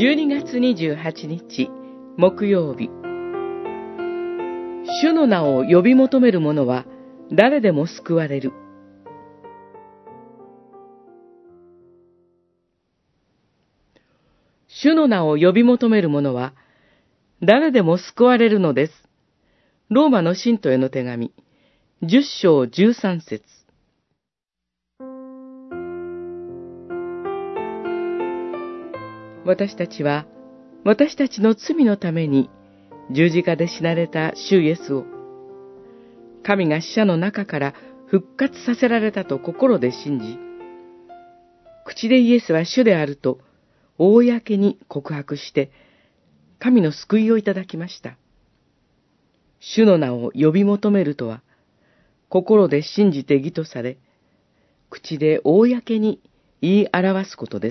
12月28日木曜日。主の名を呼び求める者は誰でも救われる。主の名を呼び求める者は誰でも救われるのです。ローマの信徒への手紙、10章13節。私たちは私たちの罪のために十字架で死なれた主イエスを、神が死者の中から復活させられたと心で信じ、口でイエスは主であると公に告白して、神の救いをいただきました。主の名を呼び求めるとは、心で信じて義とされ、口で公に言い表すことです。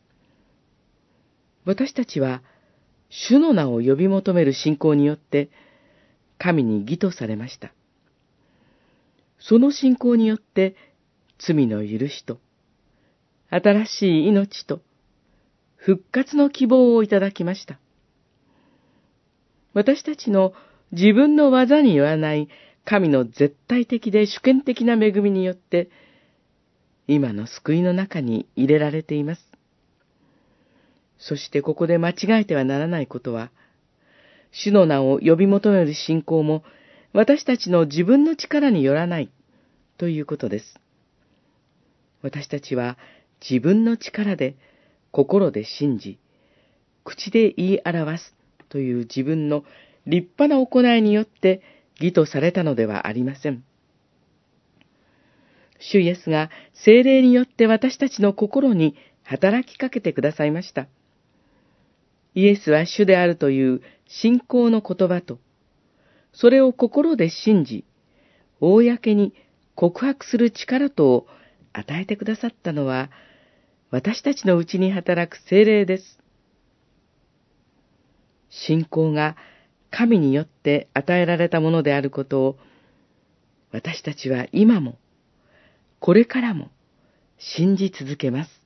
私たちは、主の名を呼び求める信仰によって、神に義とされました。その信仰によって、罪の許しと、新しい命と、復活の希望をいただきました。私たちの自分の技によらない神の絶対的で主権的な恵みによって、今の救いの中に入れられています。そしてここで間違えてはならないことは、主の名を呼び求める信仰も私たちの自分の力によらないということです。私たちは自分の力で心で信じ、口で言い表すという自分の立派な行いによって義とされたのではありません。主イエスが聖霊によって私たちの心に働きかけてくださいました。イエスは主であるという信仰の言葉と、それを心で信じ、公に告白する力とを与えてくださったのは、私たちのうちに働く聖霊です。信仰が神によって与えられたものであることを、私たちは今も、これからも信じ続けます。